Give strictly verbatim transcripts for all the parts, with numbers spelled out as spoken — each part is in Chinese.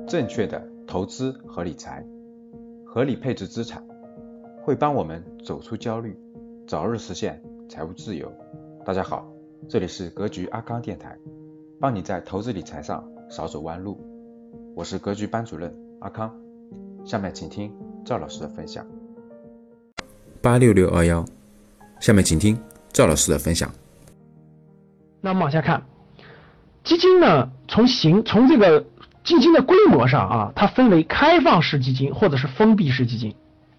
正确的投资和理财，合理配置资产，会帮我们走出焦虑，早日实现财务自由。大家好，这里是格局阿康电台，帮你在投资理财上少走弯路。我是格局班主任阿康，下面请听赵老师的分享。 八六六二一，下面请听赵老师的分享。 那我们往下看，基金呢，从形从这个基金的规模上啊，它分为开放式基金或者是封闭式基金。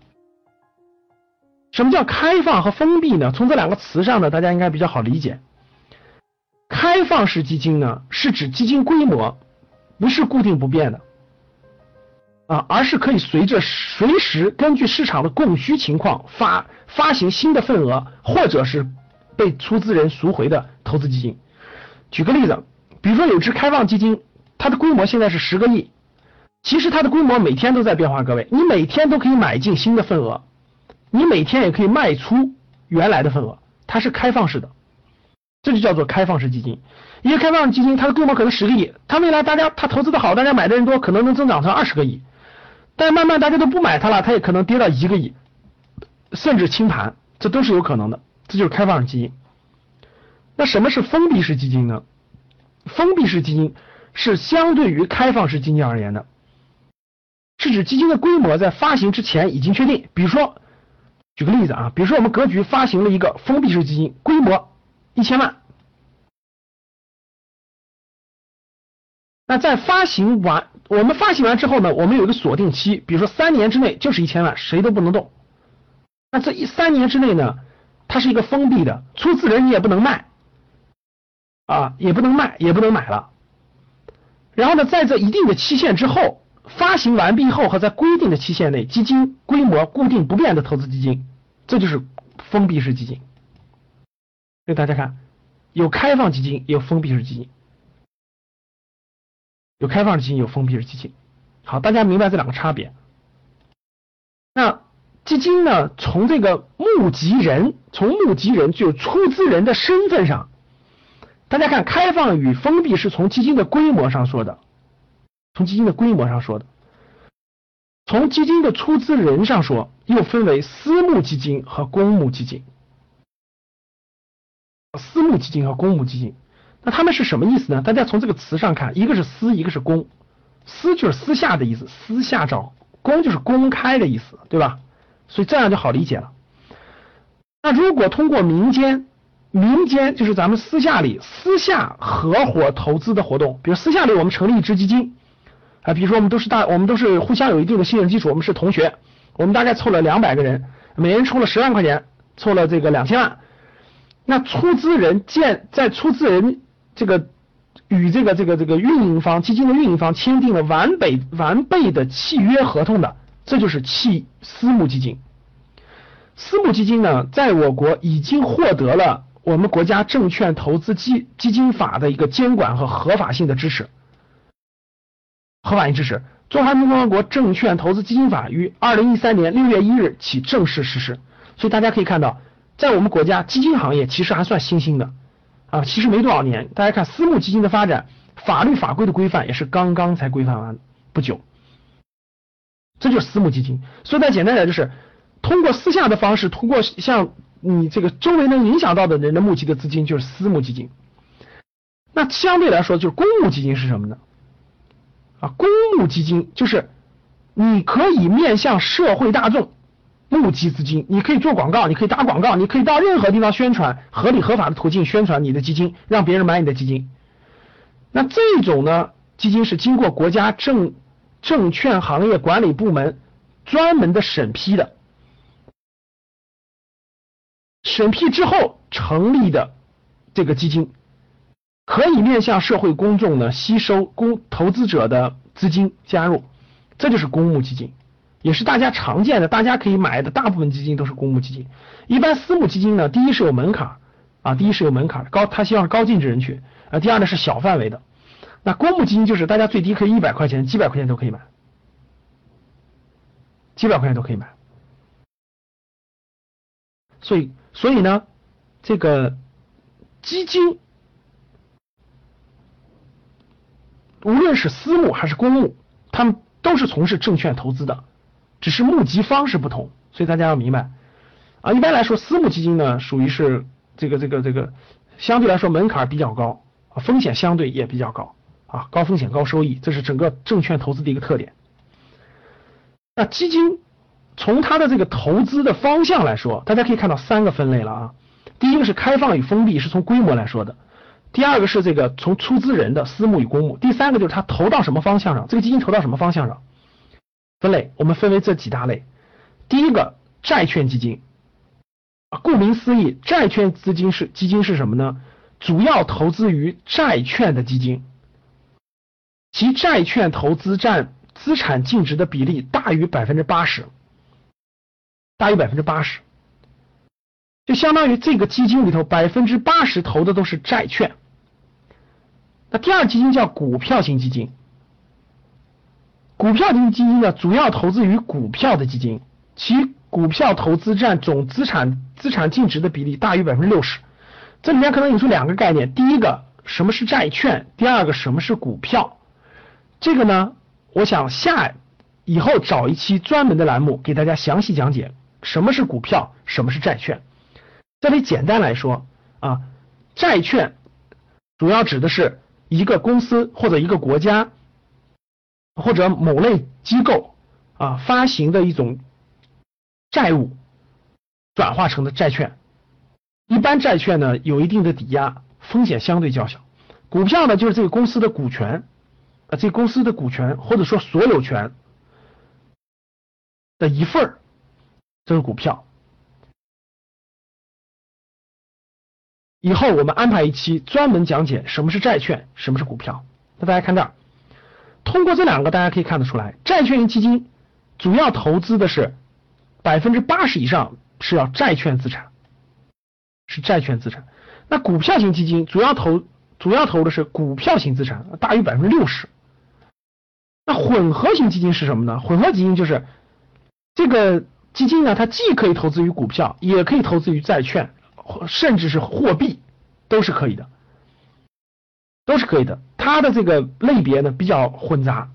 什么叫开放和封闭呢？从这两个词上呢，大家应该比较好理解。开放式基金呢，是指基金规模不是固定不变的啊，而是可以随着随时根据市场的供需情况发发行新的份额，或者是被出资人赎回的投资基金。举个例子，比如说有只开放基金，它的规模现在是十个亿，其实它的规模每天都在变化，各位，你每天都可以买进新的份额，你每天也可以卖出原来的份额，它是开放式的，这就叫做开放式基金。一个开放式基金，它的规模可能十个亿，它未来大家它投资的好，大家买的人多，可能能增长成二十个亿，但慢慢大家都不买它了，它也可能跌到一个亿，甚至清盘，这都是有可能的，这就是开放式基金。那什么是封闭式基金呢？封闭式基金是相对于开放式基金而言的，是指基金的规模在发行之前已经确定。比如说举个例子啊，比如说我们格局发行了一个封闭式基金，规模一千万，那在发行完我们发行完之后呢，我们有一个锁定期，比如说三年之内就是一千万，谁都不能动。那这一三年之内呢，它是一个封闭的，出资人你也不能卖啊，也不能卖，也不能买了。然后呢，在这一定的期限之后，发行完毕后和在规定的期限内，基金规模固定不变的投资基金，这就是封闭式基金。所以大家看，有开放基金，也有封闭式基金，有开放式基金，有封闭式基金。好，大家明白这两个差别。那基金呢，从这个募集人，从募集人就出资人的身份上，大家看，开放与封闭是从基金的规模上说的，从基金的规模上说的。从基金的出资人上说，又分为私募基金和公募基金。私募基金和公募基金，那他们是什么意思呢？大家从这个词上看，一个是私，一个是公。私就是私下的意思，私下找；公就是公开的意思，对吧？所以这样就好理解了。那如果通过民间民间就是咱们私下里私下合伙投资的活动，比如私下里我们成立一支基金啊，比如说我们都是大我们都是互相有一定的信任基础，我们是同学，我们大概凑了两百个人，每人出了十万块钱，凑了这个两千万。那出资人建在出资人这个与这个这个这个运营方基金的运营方签订了完备完备的契约合同的，这就是契私募基金。私募基金呢，在我国已经获得了我们国家证券投资基基金法的一个监管和合法性的支持。合法性支持，中华人民共和国证券投资基金法于二零一三年六月一日起正式实施。所以大家可以看到，在我们国家基金行业其实还算新兴的啊，其实没多少年。大家看私募基金的发展，法律法规的规范也是刚刚才规范完不久，这就是私募基金。所以再简单点，就是通过私下的方式，通过像你这个周围能影响到的人的募集的资金，就是私募基金。那相对来说，就是公募基金是什么呢？啊，公募基金就是你可以面向社会大众募集资金，你可以做广告，你可以打广告，你可以到任何地方宣传，合理合法的途径宣传你的基金，让别人买你的基金。那这种呢，基金是经过国家证证券行业管理部门专门的审批的，审批之后成立的这个基金，可以面向社会公众呢吸收公投资者的资金加入，这就是公募基金，也是大家常见的，大家可以买的大部分基金都是公募基金。一般私募基金呢，第一是有门槛啊，第一是有门槛，高，他希望高净值人群啊，第二呢是小范围的。那公募基金就是大家最低可以一百块钱，几百块钱都可以买，几百块钱都可以买。所以，所以呢，这个基金无论是私募还是公募， 他们都是从事证券投资的，只是募集方式不同，所以大家要明白啊。一般来说，私募基金呢属于是这个这个这个相对来说门槛比较高，风险相对也比较高啊，高风险高收益，这是整个证券投资的一个特点。那基金从它的这个投资的方向来说，大家可以看到三个分类了啊。第一个是开放与封闭，是从规模来说的。第二个是这个从出资人的私募与公募。第三个就是它投到什么方向上，这个基金投到什么方向上。分类我们分为这几大类。第一个债券基金，顾名思义，债券资金是基金是什么呢？主要投资于债券的基金，其债券投资占资产净值的比例大于百分之八十，大于百分之八十，就相当于这个基金里头百分之八十投的都是债券。那第二基金叫股票型基金，股票型基金呢，主要投资于股票的基金，其股票投资占总资产资产净值的比例大于百分之六十。这里面可能引出两个概念，第一个什么是债券，第二个什么是股票。这个呢，我想下以后找一期专门的栏目给大家详细讲解什么是股票，什么是债券。这里简单来说啊，债券主要指的是一个公司或者一个国家或者某类机构啊发行的一种债务转化成的债券。一般债券呢有一定的抵押，风险相对较小。股票呢就是这个公司的股权啊，这个公司的股权或者说所有权的一份儿，这是股票。以后我们安排一期专门讲解什么是债券，什么是股票。那大家看这儿，通过这两个大家可以看得出来，债券型基金主要投资的是百分之八十以上是要债券资产，是债券资产。那股票型基金主要投主要投的是股票型资产，大于百分之六十。那混合型基金是什么呢？混合基金就是这个基金呢，它既可以投资于股票，也可以投资于债券，甚至是货币，都是可以的，都是可以的。它的这个类别呢比较混杂。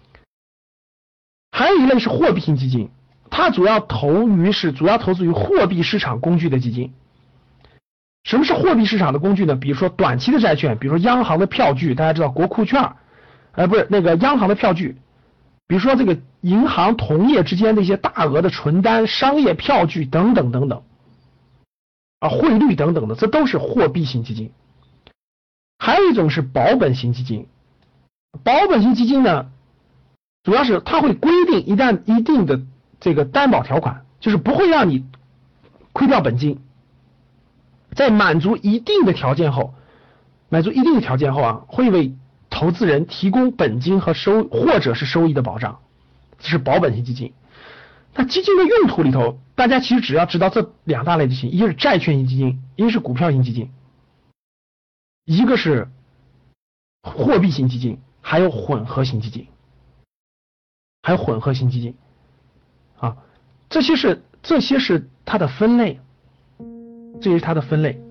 还有一类是货币型基金，它主要投于是主要投资于货币市场工具的基金。什么是货币市场的工具呢？比如说短期的债券，比如说央行的票据，大家知道国库券，呃，不是那个央行的票据，比如说这个银行同业之间的一些大额的存单、商业票据等等等等，啊，汇率等等的，这都是货币型基金。还有一种是保本型基金，保本型基金呢，主要是它会规定一旦一定的这个担保条款，就是不会让你亏掉本金。在满足一定的条件后，满足一定的条件后啊，会为投资人提供本金和收或者是收益的保障，这是保本型基金。那基金的用途里头，大家其实只要知道这两大类就行，一个是债券型基金，一个是股票型基金，一个是货币型基金，还有混合型基金，还有混合型基金啊，这些是这些是它的分类。这是它的分类。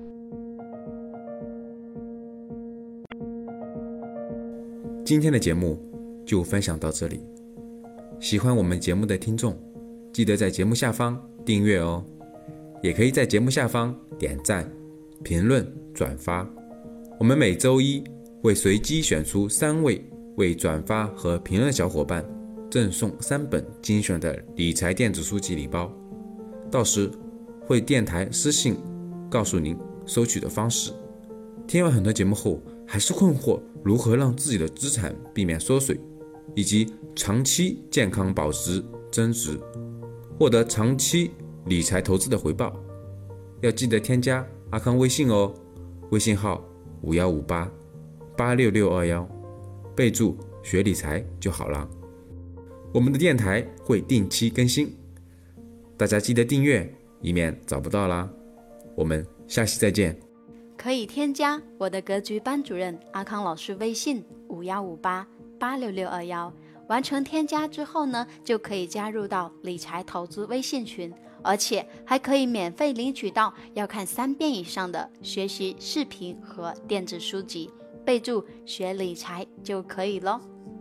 今天的节目就分享到这里，喜欢我们节目的听众，记得在节目下方订阅哦，也可以在节目下方点赞、评论、转发。我们每周一会随机选出三位为转发和评论的小伙伴赠送三本精选的理财电子书籍礼包，到时会电台私信告诉您收取的方式。听完很多节目后，还是困惑如何让自己的资产避免缩水，以及长期健康保值增值，获得长期理财投资的回报，要记得添加阿康微信哦，微信号五一五八八六六二一，备注学理财就好了。我们的电台会定期更新，大家记得订阅，以免找不到啦。我们下期再见。 可以添加我的格局班主任阿康老师微信五一五八八六六二一，完成添加之后呢，就可以加入到理财投资微信群，而且还可以免费领取到要看三遍以上的学习视频和电子书籍，备注学理财就可以咯。